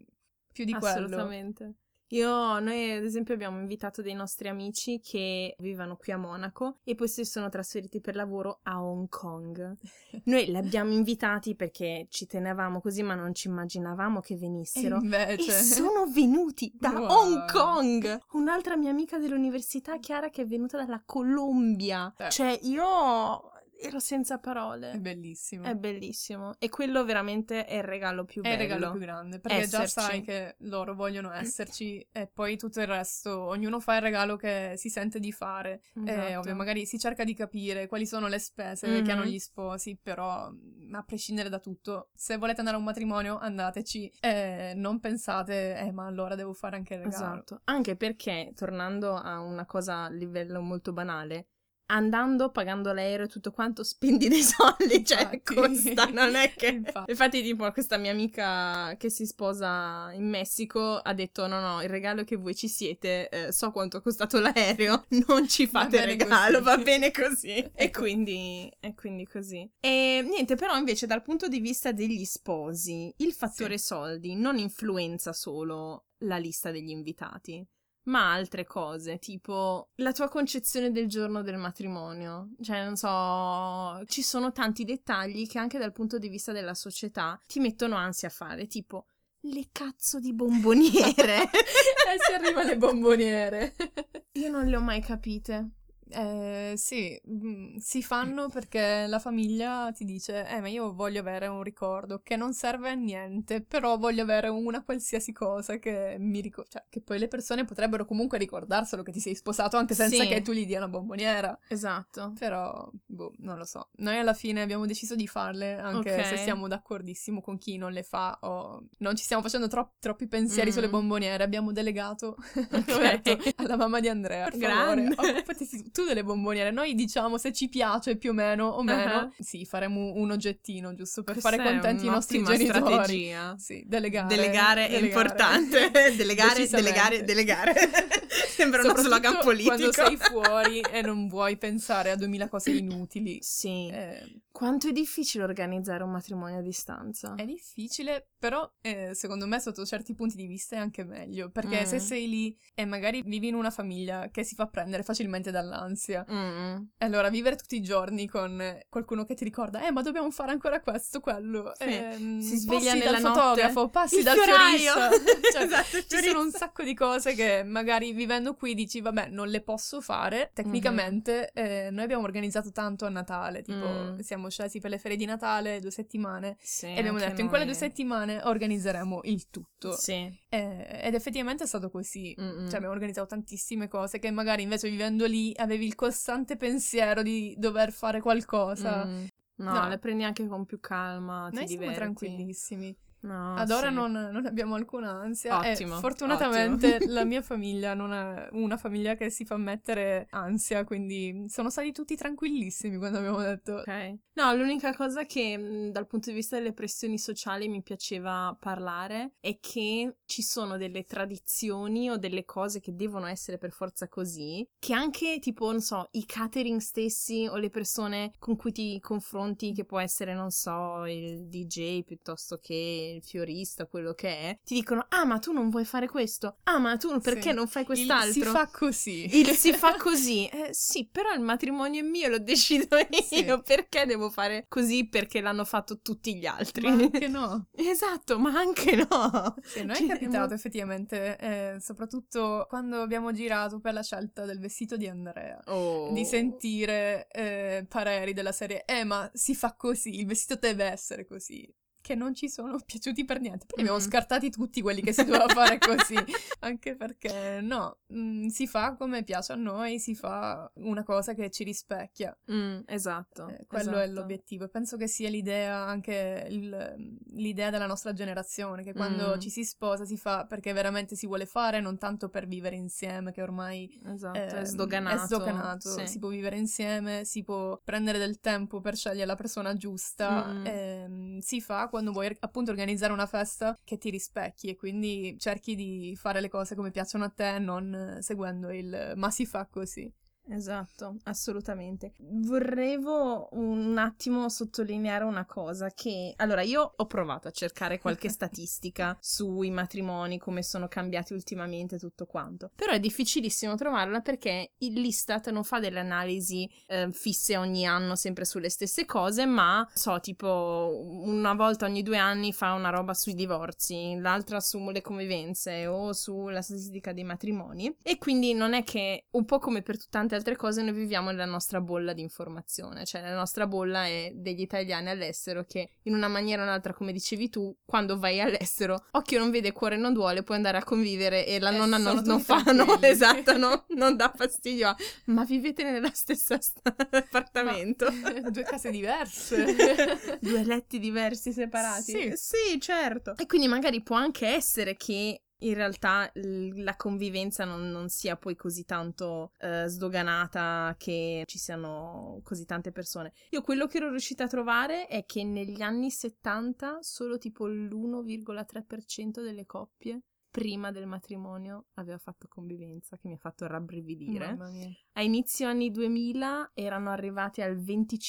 più di quello. Assolutamente. Noi ad esempio abbiamo invitato dei nostri amici che vivevano qui a Monaco e poi si sono trasferiti per lavoro a Hong Kong. Noi li abbiamo invitati perché ci tenevamo così, ma non ci immaginavamo che venissero. E sono venuti da Hong Kong! Un'altra mia amica dell'università, Chiara, che è venuta dalla Colombia. Cioè io ero senza parole. È bellissimo. È bellissimo. E quello veramente è il regalo più bello. È il regalo più grande, perché già sai che loro vogliono esserci e poi tutto il resto, ognuno fa il regalo che si sente di fare. Esatto. Ovvio, magari si cerca di capire quali sono le spese che hanno gli sposi, però a prescindere da tutto, se volete andare a un matrimonio, andateci. Non pensate, ma allora devo fare anche il regalo. Esatto. Anche perché, tornando a una cosa a livello molto banale, andando, pagando l'aereo e tutto quanto, spendi dei soldi, cioè costa, non è che... Infatti tipo questa mia amica che si sposa in Messico ha detto no, il regalo che voi ci siete, so quanto è costato l'aereo, non ci fate regalo, va bene così. Ecco. E quindi così. E niente, però invece dal punto di vista degli sposi, il fattore soldi non influenza solo la lista degli invitati, ma altre cose, tipo la tua concezione del giorno del matrimonio. Cioè, non so, ci sono tanti dettagli che anche dal punto di vista della società ti mettono ansia a fare, tipo le cazzo di bomboniere. Si arriva alle bomboniere. Io non le ho mai capite. Sì, si fanno perché la famiglia ti dice ma io voglio avere un ricordo che non serve a niente, però voglio avere una qualsiasi cosa che mi cioè che poi le persone potrebbero comunque ricordarselo che ti sei sposato anche senza che tu gli dia una bomboniera. Esatto. Però, non lo so. Noi alla fine abbiamo deciso di farle, anche se siamo d'accordissimo con chi non le fa o non ci stiamo facendo troppi pensieri sulle bomboniere. Abbiamo delegato alla mamma di Andrea, per favore, occupati tu delle bomboniere. Noi diciamo se ci piace più o meno sì, faremo un oggettino giusto per fare contenti i nostri genitori. Strategia. Sì, delegare è importante. delegare. Sembra uno slogan politico. Quando sei fuori e non vuoi pensare a 2000 cose inutili. Sì. Quanto è difficile organizzare un matrimonio a distanza? È difficile, però secondo me sotto certi punti di vista è anche meglio, perché se sei lì e magari vivi in una famiglia che si fa prendere facilmente dall'ansia, allora vivere tutti i giorni con qualcuno che ti ricorda ma dobbiamo fare ancora questo, quello, si sveglia passi nella dal fotografo, notte, passi il dal fioraio. fiorista, cioè, esatto, ci sono un sacco di cose che magari vivendo qui dici vabbè non le posso fare tecnicamente. Noi abbiamo organizzato tanto a Natale, tipo siamo scesi per le ferie di Natale 2 settimane e abbiamo detto in quelle 2 settimane organizzeremo il tutto, ed effettivamente è stato così. Cioè abbiamo organizzato tantissime cose che magari invece vivendo lì avevi il costante pensiero di dover fare qualcosa. No, le prendi anche con più calma, noi ti diverti. Siamo tranquillissimi. No, ad ora non abbiamo alcuna ansia. Ottimo, e fortunatamente la mia famiglia non è una famiglia che si fa mettere ansia, quindi sono stati tutti tranquillissimi quando abbiamo detto No, l'unica cosa che dal punto di vista delle pressioni sociali mi piaceva parlare è che ci sono delle tradizioni o delle cose che devono essere per forza così, che anche tipo, non so, i catering stessi o le persone con cui ti confronti, che può essere, non so, il DJ piuttosto che il fiorista, quello che è, ti dicono ma tu non vuoi fare questo? Ma tu perché non fai quest'altro? Il si fa così. Il si fa così. Sì, però il matrimonio è mio, lo decido io. Perché devo fare così perché l'hanno fatto tutti gli altri? Ma anche no. Esatto, ma anche no. Sì, noi è capitato effettivamente, soprattutto quando abbiamo girato per la scelta del vestito di Andrea, di sentire pareri della serie ma si fa così, il vestito deve essere così, che non ci sono piaciuti per niente. Poi abbiamo scartati tutti quelli che si doveva fare così, anche perché si fa come piace a noi, si fa una cosa che ci rispecchia. Esatto. Quello è l'obiettivo, e penso che sia l'idea, anche l'idea della nostra generazione, che quando ci si sposa si fa perché veramente si vuole fare, non tanto per vivere insieme, che ormai è sdoganato. Si può vivere insieme, si può prendere del tempo per scegliere la persona giusta, si fa quando vuoi appunto organizzare una festa che ti rispecchi, e quindi cerchi di fare le cose come piacciono a te, non seguendo ma si fa così. Esatto, assolutamente. Vorrevo un attimo sottolineare una cosa che... Allora, io ho provato a cercare qualche statistica sui matrimoni, come sono cambiati ultimamente, tutto quanto. Però è difficilissimo trovarla perché l'Istat non fa delle analisi fisse ogni anno sempre sulle stesse cose, ma tipo una volta ogni 2 anni fa una roba sui divorzi, l'altra sulle convivenze o sulla statistica dei matrimoni, e quindi non è che, un po' come per tante altre cose, noi viviamo nella nostra bolla di informazione, cioè la nostra bolla è degli italiani all'estero che in una maniera o un'altra, come dicevi tu, quando vai all'estero, occhio non vede, cuore non duole, puoi andare a convivere e la nonna non fa, esatto, non dà fastidio, ma vivete nella stessa appartamento. 2 case diverse. 2 letti diversi separati. Sì, certo. E quindi magari può anche essere che in realtà la convivenza non sia poi così tanto sdoganata, che ci siano così tante persone. Io quello che ero riuscita a trovare è che negli anni 70 solo tipo l'1,3% delle coppie prima del matrimonio aveva fatto convivenza, che mi ha fatto rabbrividire. Mamma mia. A inizio anni 2000 erano arrivati al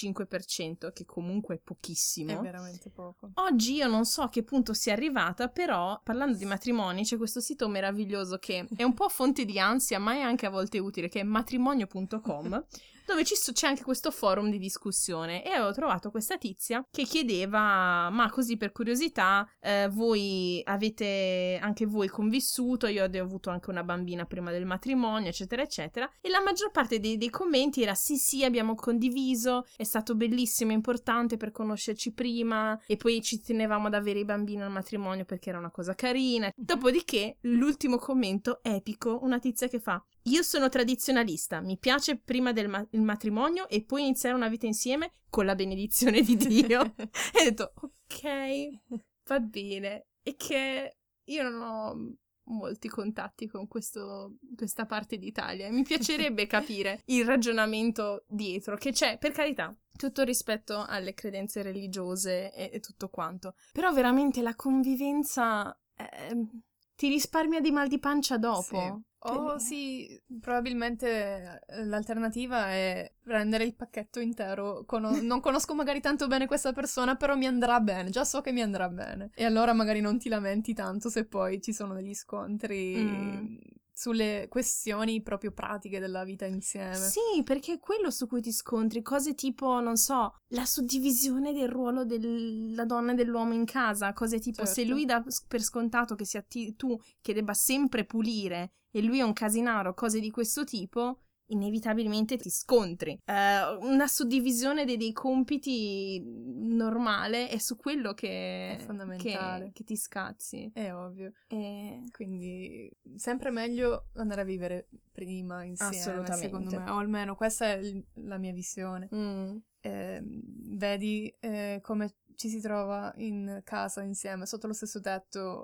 25%, che comunque è pochissimo. È veramente poco. Oggi io non so a che punto sia arrivata, però parlando di matrimoni c'è questo sito meraviglioso che è un po' fonte di ansia, ma è anche a volte utile, che è matrimonio.com, dove c'è anche questo forum di discussione, e avevo trovato questa tizia che chiedeva, ma così per curiosità, voi avete anche voi convissuto? Io ho avuto anche una bambina prima del matrimonio, eccetera eccetera, e la maggior parte dei commenti era sì, abbiamo condiviso, è stato bellissimo, importante per conoscerci prima, e poi ci tenevamo ad avere i bambini al matrimonio perché era una cosa carina. Dopodiché l'ultimo commento epico, una tizia che fa: io sono tradizionalista, mi piace prima il matrimonio e poi iniziare una vita insieme con la benedizione di Dio. E ho detto, ok, va bene. E che io non ho molti contatti con questa parte d'Italia e mi piacerebbe capire il ragionamento dietro, che c'è, per carità, tutto rispetto alle credenze religiose e tutto quanto. Però veramente la convivenza ti risparmia di mal di pancia dopo. Sì, probabilmente l'alternativa è prendere il pacchetto intero. Non conosco magari tanto bene questa persona, però mi andrà bene, già so che mi andrà bene. E allora magari non ti lamenti tanto se poi ci sono degli scontri sulle questioni proprio pratiche della vita insieme. Sì, perché è quello su cui ti scontri, cose tipo, non so, la suddivisione del ruolo della donna e dell'uomo in casa, cose tipo, se lui dà per scontato che sia tu che debba sempre pulire e lui è un casinaro, cose di questo tipo, inevitabilmente ti scontri. Una suddivisione dei compiti normale è su quello che è fondamentale, che ti scazzi. È ovvio. Quindi sempre meglio andare a vivere prima insieme, secondo me, o almeno questa è la mia visione. Vedi come ci si trova in casa insieme, sotto lo stesso tetto.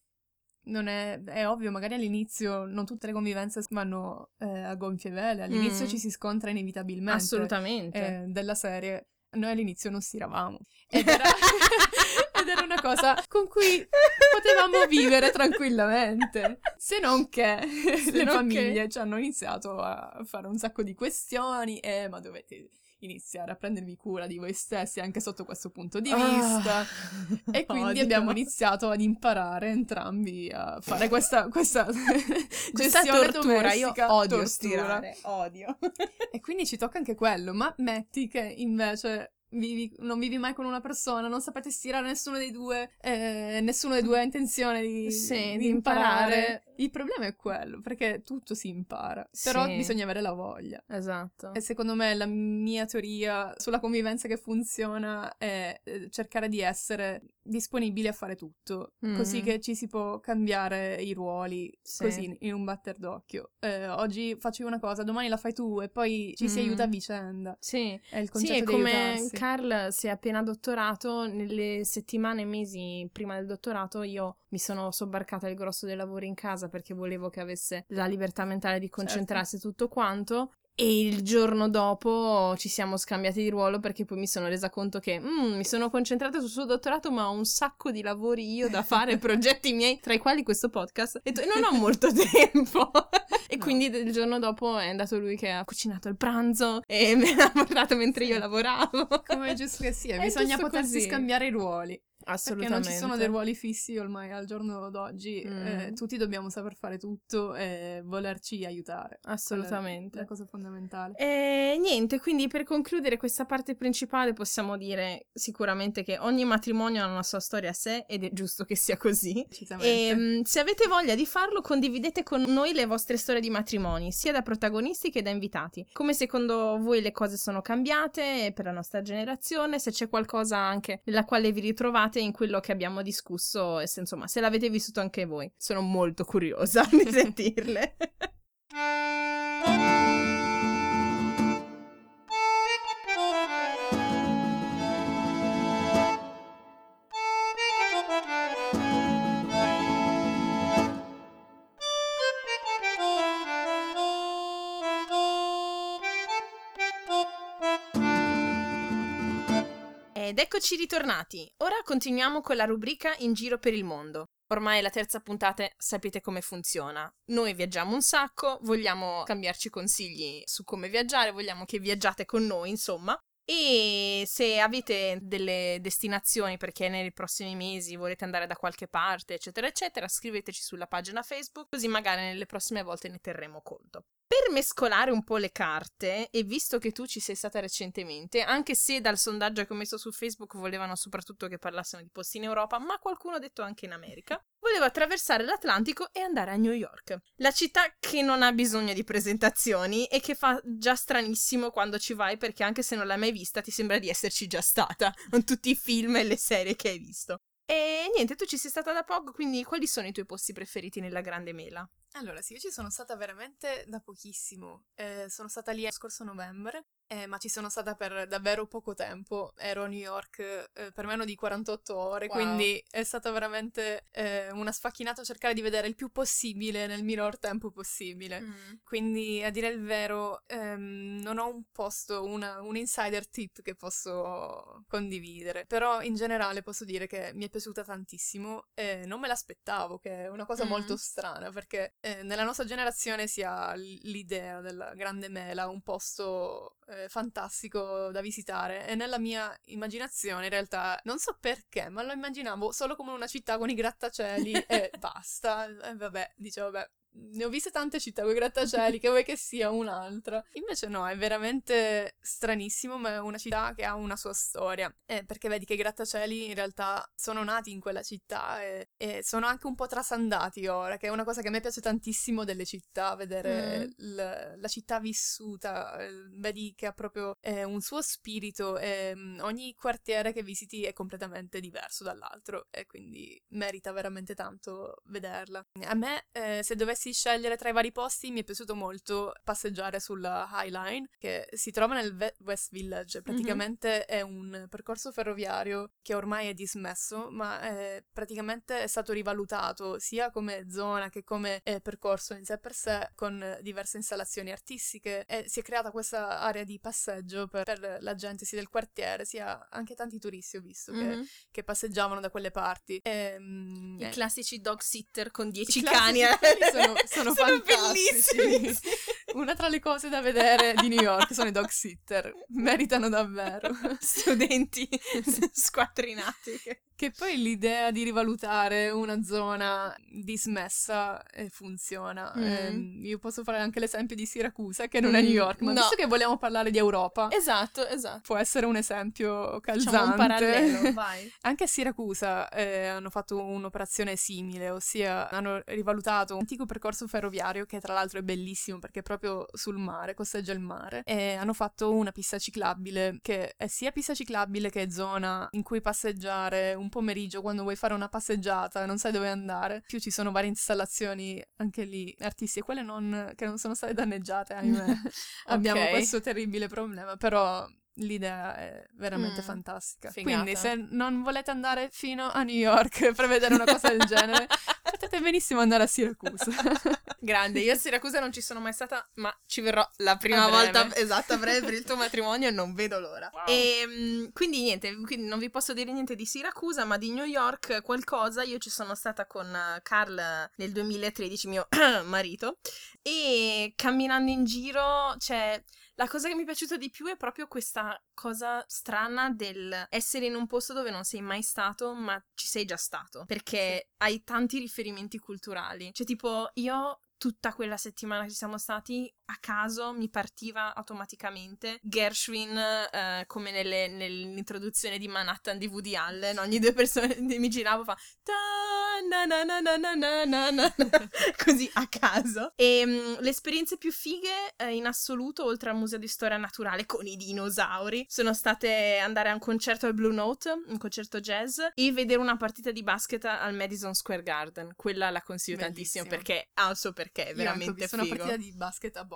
Non è ovvio, magari all'inizio non tutte le convivenze vanno a gonfie vele, all'inizio ci si scontra inevitabilmente. Assolutamente. Della serie, noi all'inizio non stiravamo. Ed era una cosa con cui potevamo vivere tranquillamente. Se non che le famiglie ci hanno iniziato a fare un sacco di questioni, ma dovete iniziare a prendervi cura di voi stessi anche sotto questo punto di vista, e quindi abbiamo iniziato ad imparare entrambi a fare questa gestione tortura. Io odio stirare, odio. E quindi ci tocca anche quello, ma metti che invece non vivi mai con una persona, non sapete stirare nessuno dei due ha intenzione di imparare. Il problema è quello, perché tutto si impara, però bisogna avere la voglia. Esatto. E secondo me la mia teoria sulla convivenza che funziona è cercare di essere disponibili a fare tutto, così che ci si può cambiare i ruoli così in un batter d'occhio. Oggi faccio una cosa, domani la fai tu, e poi ci si aiuta a vicenda. Sì, è il concetto è di come aiutarsi. Carl si è appena dottorato, nelle settimane e mesi prima del dottorato io mi sono sobbarcata il grosso dei lavori in casa perché volevo che avesse la libertà mentale di concentrarsi e tutto quanto. E il giorno dopo ci siamo scambiati di ruolo perché poi mi sono resa conto che mi sono concentrata sul suo dottorato, ma ho un sacco di lavori io da fare, progetti miei, tra i quali questo podcast, e non ho molto tempo. E quindi il giorno dopo è andato lui che ha cucinato il pranzo e me l'ha portato mentre io lavoravo. Come è giusto che sia, bisogna potersi scambiare i ruoli. Assolutamente. Perché non ci sono dei ruoli fissi ormai al giorno d'oggi, tutti dobbiamo saper fare tutto e volerci aiutare. Assolutamente. È la cosa fondamentale. E niente, quindi per concludere questa parte principale possiamo dire sicuramente che ogni matrimonio ha una sua storia a sé ed è giusto che sia così. E se avete voglia di farlo, condividete con noi le vostre storie di matrimoni, sia da protagonisti che da invitati. Come secondo voi le cose sono cambiate per la nostra generazione, se c'è qualcosa anche nella quale vi ritrovate in quello che abbiamo discusso, e se, insomma, se l'avete vissuto anche voi. Sono molto curiosa di sentirle. Ed eccoci ritornati. Ora continuiamo con la rubrica In giro per il mondo. Ormai è la terza puntata, sapete come funziona. Noi viaggiamo un sacco, vogliamo scambiarci consigli su come viaggiare, vogliamo che viaggiate con noi, insomma. E se avete delle destinazioni perché nei prossimi mesi volete andare da qualche parte, eccetera, eccetera, scriveteci sulla pagina Facebook, così magari nelle prossime volte ne terremo conto. Per mescolare un po' le carte, e visto che tu ci sei stata recentemente, anche se dal sondaggio che ho messo su Facebook volevano soprattutto che parlassimo di posti in Europa, ma qualcuno ha detto anche in America, volevo attraversare l'Atlantico e andare a New York, la città che non ha bisogno di presentazioni e che fa già stranissimo quando ci vai, perché anche se non l'hai mai vista ti sembra di esserci già stata, con tutti i film e le serie che hai visto. E niente, tu ci sei stata da poco, quindi quali sono i tuoi posti preferiti nella Grande Mela? Allora, sì, io ci sono stata veramente da pochissimo. Sono stata lì lo scorso novembre, ma ci sono stata per davvero poco tempo. Ero a New York per meno di 48 ore, Wow. quindi è stata veramente una sfacchinata cercare di vedere il più possibile nel minor tempo possibile. Quindi, a dire il vero, non ho un posto, un insider tip che posso condividere, però in generale posso dire che mi è piaciuta tantissimo e non me l'aspettavo, che è una cosa molto strana, perché nella nostra generazione si ha l'idea della Grande Mela, un posto fantastico da visitare, e nella mia immaginazione in realtà non so perché, ma lo immaginavo solo come una città con i grattacieli e basta. E vabbè, dicevo, vabbè, ne ho viste tante città con i grattacieli, che vuoi che sia un'altra? Invece no, è veramente stranissimo, ma è una città che ha una sua storia, perché vedi che i grattacieli in realtà sono nati in quella città e sono anche un po' trasandati ora, che è una cosa che a me piace tantissimo delle città, vedere la città vissuta, vedi che ha proprio un suo spirito e ogni quartiere che visiti è completamente diverso dall'altro e quindi merita veramente tanto vederla. A me, se dovessi scegliere tra i vari posti, mi è piaciuto molto passeggiare sulla High Line, che si trova nel West Village. Praticamente è un percorso ferroviario che ormai è dismesso, ma praticamente è stato rivalutato sia come zona che come percorso in sé per sé, con diverse installazioni artistiche, e si è creata questa area di passeggio per la gente sia del quartiere sia anche tanti turisti, ho visto, che passeggiavano da quelle parti. I classici dog sitter con 10 I cani. Sono fantastici. bellissimi. Una tra le cose da vedere di New York sono i dog sitter, meritano davvero. Studenti squattrinati. Che poi l'idea di rivalutare una zona dismessa funziona. Io posso fare anche l'esempio di Siracusa, che non è New York, ma visto che vogliamo parlare di Europa, esatto, può essere un esempio calzante. Facciamo un parallelo, vai. Anche a Siracusa hanno fatto un'operazione simile, ossia hanno rivalutato un antico percorso ferroviario, che tra l'altro è bellissimo perché è proprio sul mare, costeggia il mare, e hanno fatto una pista ciclabile che è sia pista ciclabile che zona in cui passeggiare un pomeriggio quando vuoi fare una passeggiata e non sai dove andare. Più ci sono varie installazioni anche lì artistiche, quelle che non sono state danneggiate, ahimè. Abbiamo questo terribile problema, però l'idea è veramente fantastica. Figata. Quindi se non volete andare fino a New York per vedere una cosa del genere, potete benissimo andare a Siracusa. Grande, io a Siracusa non ci sono mai stata, ma ci verrò la prima volta, esatto, a breve per il tuo matrimonio e non vedo l'ora. Wow. E quindi niente, quindi non vi posso dire niente di Siracusa, ma di New York qualcosa. Io ci sono stata con Carl nel 2013, mio marito, e camminando in giro, cioè, la cosa che mi è piaciuta di più è proprio questa cosa strana del essere in un posto dove non sei mai stato, ma ci sei già stato, perché hai tanti riferimenti culturali. Cioè, tipo, io tutta quella settimana che ci siamo stati, a caso mi partiva automaticamente Gershwin, come nell'introduzione di Manhattan di Woody Allen. Ogni due persone mi giravo, fa na na na na na na na na, così a caso. E le esperienze più fighe in assoluto, oltre al museo di storia naturale con i dinosauri, sono state andare a un concerto al Blue Note, un concerto jazz, e vedere una partita di basket al Madison Square Garden. Quella la consiglio tantissimo, perché ha il suo perché, è veramente figo. Io ho visto una partita di basket a Boston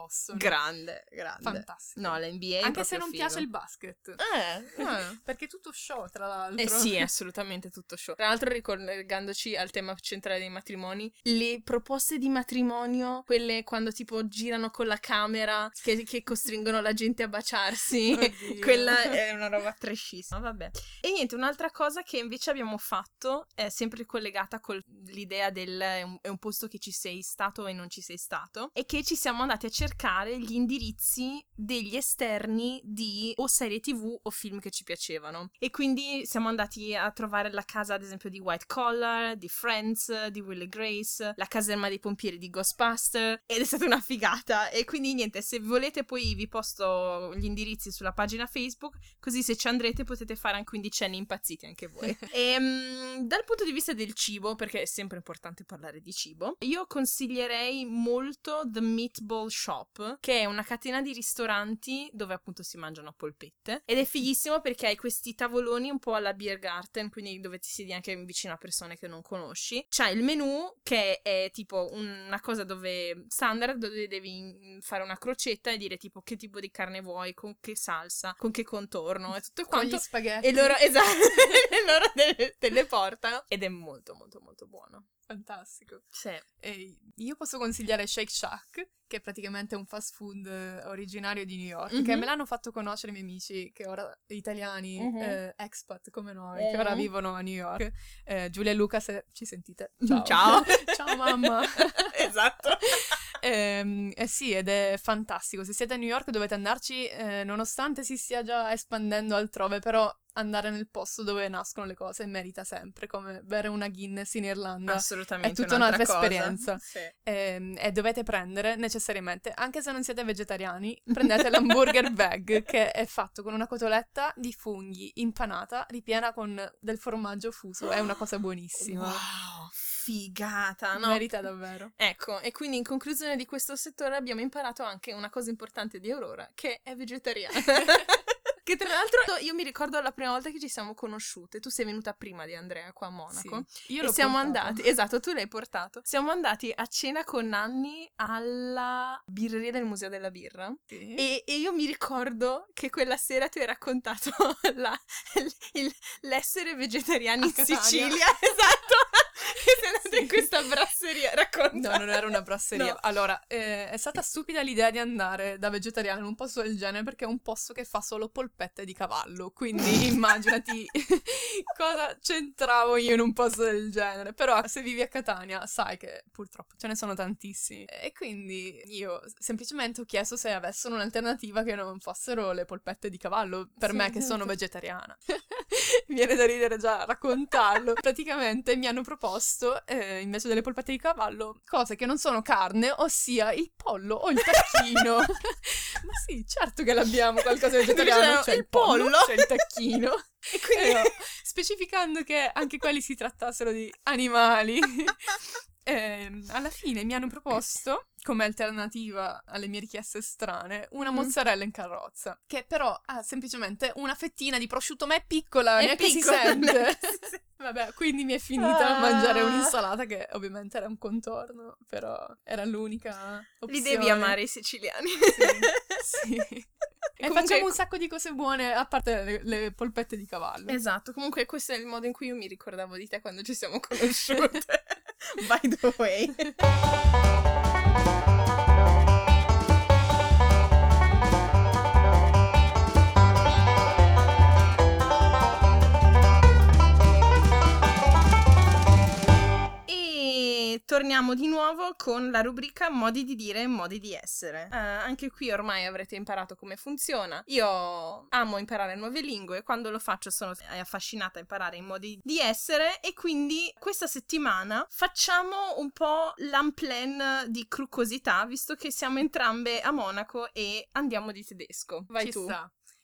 Boston. Grande. Fantastico. No, l'NBA è anche se non figo. piace il basket. Perché è tutto show, tra l'altro. Sì, è assolutamente tutto show. Tra l'altro, ricollegandoci al tema centrale dei matrimoni, le proposte di matrimonio, quelle quando tipo girano con la camera, che costringono la gente a baciarsi, quella è una roba trashissima, vabbè. E niente, un'altra cosa che invece abbiamo fatto è sempre collegata con l'idea del è un posto che ci sei stato e non ci sei stato, è che ci siamo andati a cercare gli indirizzi degli esterni di o serie TV o film che ci piacevano, e quindi siamo andati a trovare la casa ad esempio di White Collar, di Friends, di Will e Grace, la caserma dei pompieri di Ghostbusters, ed è stata una figata. E quindi niente, se volete poi vi posto gli indirizzi sulla pagina Facebook, così se ci andrete potete fare anche 15 anni impazziti anche voi. E dal punto di vista del cibo, perché è sempre importante parlare di cibo, io consiglierei molto The Meatball Shop, che è una catena di ristoranti dove appunto si mangiano polpette, ed è fighissimo perché hai questi tavoloni un po' alla Beer Garden, quindi dove ti siedi anche vicino a persone che non conosci. C'è il menù che è tipo una cosa dove standard, dove devi fare una crocetta e dire tipo che tipo di carne vuoi, con che salsa, con che contorno e tutto quanto. Con gli spaghetti. E loro, esatto, e loro te le portano ed è molto molto molto buono. Fantastico. Sì. E io posso consigliare Shake Shack, che è praticamente un fast food originario di New York, che me l'hanno fatto conoscere i miei amici, che ora italiani, expat come noi, che ora vivono a New York. Giulia e Luca, se ci sentite, ciao. Ciao mamma. Esatto. Sì, ed è fantastico. Se siete a New York dovete andarci, nonostante si stia già espandendo altrove, però andare nel posto dove nascono le cose merita sempre, come bere una Guinness in Irlanda. Assolutamente. È tutta un'altra cosa. esperienza. Sì. E dovete prendere necessariamente, anche se non siete vegetariani, prendete l'hamburger bag, che è fatto con una cotoletta di funghi impanata ripiena con del formaggio fuso. È una cosa buonissima. Wow, figata, no? Merita davvero. Ecco, e quindi in conclusione di questo settore abbiamo imparato anche una cosa importante di Aurora, che è vegetariana. Che tra l'altro io mi ricordo la prima volta che ci siamo conosciute, tu sei venuta prima di Andrea qua a Monaco. Sì, io e l'ho siamo portato. andati, esatto, tu l'hai portato. Siamo andati a cena con Nanni alla birreria del Museo della Birra. Sì. E io mi ricordo che quella sera tu hai raccontato l'essere vegetariani in Catania. Sicilia, esatto. E sei andata in questa brasseria, racconta. No, non era una brasseria. No. Allora, è stata stupida l'idea di andare da vegetariano in un posto del genere, perché è un posto che fa solo polpette di cavallo, quindi immaginati cosa c'entravo io in un posto del genere. Però se vivi a Catania sai che purtroppo ce ne sono tantissimi, e quindi io semplicemente ho chiesto se avessero un'alternativa che non fossero le polpette di cavallo per Sì, me che esatto. sono vegetariana. Viene da ridere già a raccontarlo. Praticamente mi hanno proposto, invece delle polpette di cavallo, cose che non sono carne, ossia il pollo o il tacchino. Ma sì, certo che l'abbiamo qualcosa di vegetariano. C'è il pollo, c'è il tacchino. E quindi Specificando che anche quelli si trattassero di animali. Alla fine mi hanno proposto, come alternativa alle mie richieste strane, una mozzarella in carrozza, che però ha semplicemente una fettina di prosciutto, ma è piccola, neanche si sente. Vabbè, quindi mi è finita a mangiare un'insalata che ovviamente era un contorno, però era l'unica opzione. li devi amare i siciliani. Sì. E comunque facciamo un sacco di cose buone, a parte le polpette di cavallo. Esatto, comunque questo è il modo in cui io mi ricordavo di te quando ci siamo conosciute. By the way. E torniamo di nuovo con la rubrica modi di dire e modi di essere. Anche qui ormai avrete imparato come funziona. Io amo imparare nuove lingue, quando lo faccio sono affascinata a imparare i modi di essere, e quindi questa settimana facciamo un po' l'unplan di cruccosità, visto che siamo entrambe a Monaco e andiamo di tedesco. Vai Ci tu. sta.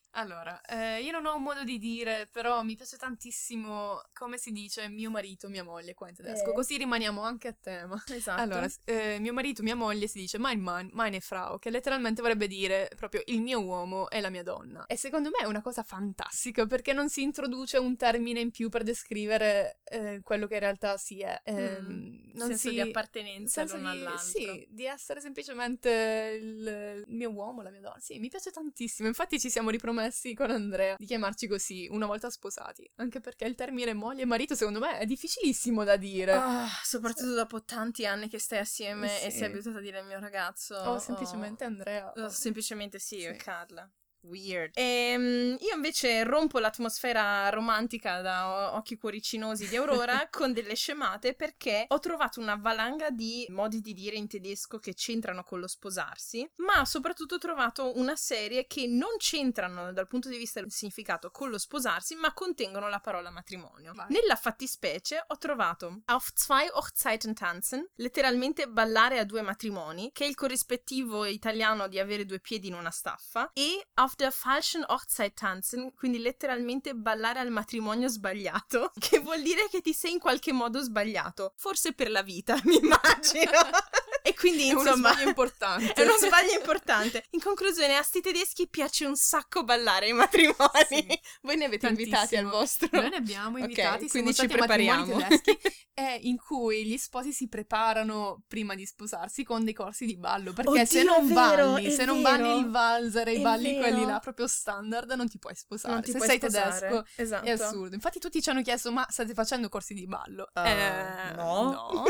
Allora, io non ho un modo di dire, però mi piace tantissimo come si dice mio marito, mia moglie qua in tedesco, così rimaniamo anche a tema. Esatto. Allora, mio marito, mia moglie si dice mein Mann, meine Frau, che letteralmente vorrebbe dire proprio il mio uomo e la mia donna. E secondo me è una cosa fantastica, perché non si introduce un termine in più per descrivere quello che in realtà si è. Non senso di appartenenza l'uno all'altro. Sì, di essere semplicemente il mio uomo, la mia donna. Sì, mi piace tantissimo, infatti ci siamo ripromessi con Andrea di chiamarci così una volta sposati, anche perché il termine moglie e marito secondo me è difficilissimo da dire, soprattutto dopo tanti anni che stai assieme e sei abituata a dire il mio ragazzo o semplicemente Andrea, semplicemente sì. Carla. Weird. Io invece rompo l'atmosfera romantica da occhi cuoricinosi di Aurora con delle scemate, perché ho trovato una valanga di modi di dire in tedesco che c'entrano con lo sposarsi, ma soprattutto ho trovato una serie che non c'entrano dal punto di vista del significato con lo sposarsi, ma contengono la parola matrimonio. Vai. Nella fattispecie ho trovato Auf zwei Hochzeiten tanzen, letteralmente ballare a due matrimoni, che è il corrispettivo italiano di avere due piedi in una staffa, e Auf der falschen Hochzeit tanzen, quindi letteralmente ballare al matrimonio sbagliato, che vuol dire che ti sei in qualche modo sbagliato, forse per la vita, mi immagino. E quindi insomma è uno sbaglio importante. È uno sbaglio importante. In conclusione, a sti tedeschi piace un sacco ballare ai matrimoni. Sì. Voi ne avete invitati al vostro? Noi ne abbiamo invitati, Okay, quindi ci siamo stati a prepariamo. matrimoni tedeschi in cui gli sposi si preparano prima di sposarsi con dei corsi di ballo, perché Oddio, se non è vero, balli, è se non vero. balli il valzer e i È balli vero. quelli là proprio standard, non ti puoi sposare. Non ti se puoi sei sposare. tedesco Esatto. è assurdo. Infatti tutti ci hanno chiesto: ma state facendo corsi di ballo? No.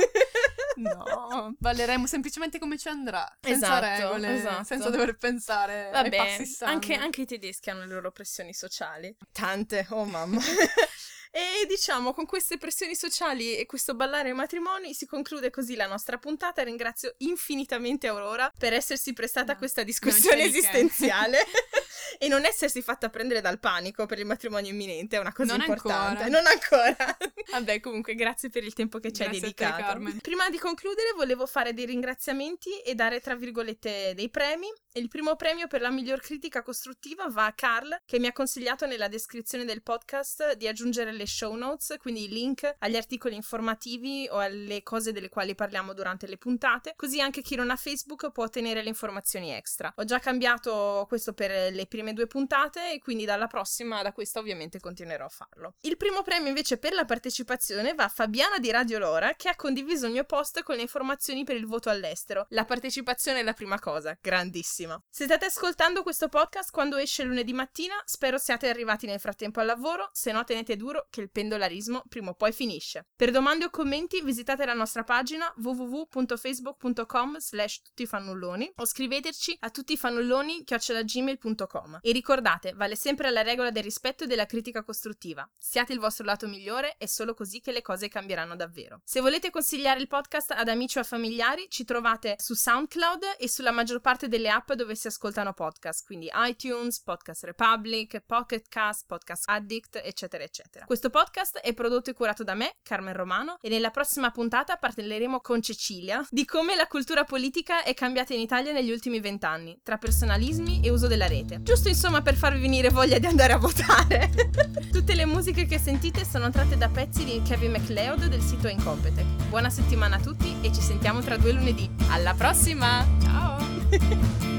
No, balleremo semplicemente come ci andrà, senza regole, esatto. senza dover pensare ai Vabbè, passi standard. anche i tedeschi hanno le loro pressioni sociali. Tante, oh mamma. E diciamo, con queste pressioni sociali e questo ballare ai matrimoni si conclude così la nostra puntata. Ringrazio infinitamente Aurora per essersi prestata a questa discussione non c'è di che. esistenziale e non essersi fatta prendere dal panico per il matrimonio imminente, è una cosa Non importante. ancora. Non ancora. Vabbè, comunque grazie per il tempo che ci hai Grazie a te, dedicato. Carmen. Prima di concludere volevo fare dei ringraziamenti e dare tra virgolette dei premi. Il primo premio per la miglior critica costruttiva va a Carl, che mi ha consigliato nella descrizione del podcast di aggiungere le show notes, quindi i link agli articoli informativi o alle cose delle quali parliamo durante le puntate, così anche chi non ha Facebook può ottenere le informazioni extra. Ho già cambiato questo per le prime 2 puntate e quindi da questa ovviamente continuerò a farlo. Il primo premio invece per la partecipazione va a Fabiana di Radio Lora, che ha condiviso il mio post con le informazioni per il voto all'estero. La partecipazione è la prima cosa, grandissima. Se state ascoltando questo podcast quando esce lunedì mattina, spero siate arrivati nel frattempo al lavoro, se no tenete duro che il pendolarismo prima o poi finisce. Per domande o commenti visitate la nostra pagina www.facebook.com/tuttifannulloni o scriveteci a tuttifannulloni@gmail.com. E ricordate, vale sempre la regola del rispetto e della critica costruttiva. Siate il vostro lato migliore, è solo così che le cose cambieranno davvero. Se volete consigliare il podcast ad amici o a familiari, ci trovate su SoundCloud e sulla maggior parte delle app dove si ascoltano podcast, quindi iTunes, Podcast Republic, Pocket Cast, Podcast Addict, eccetera eccetera. Questo podcast è prodotto e curato da me, Carmen Romano, e nella prossima puntata parleremo con Cecilia di come la cultura politica è cambiata in Italia negli ultimi 20 anni, tra personalismi e uso della rete. Giusto insomma per farvi venire voglia di andare a votare. Tutte le musiche che sentite sono tratte da pezzi di Kevin MacLeod del sito Incompetech. Buona settimana a tutti e ci sentiamo tra 2 lunedì. Alla prossima! Ciao!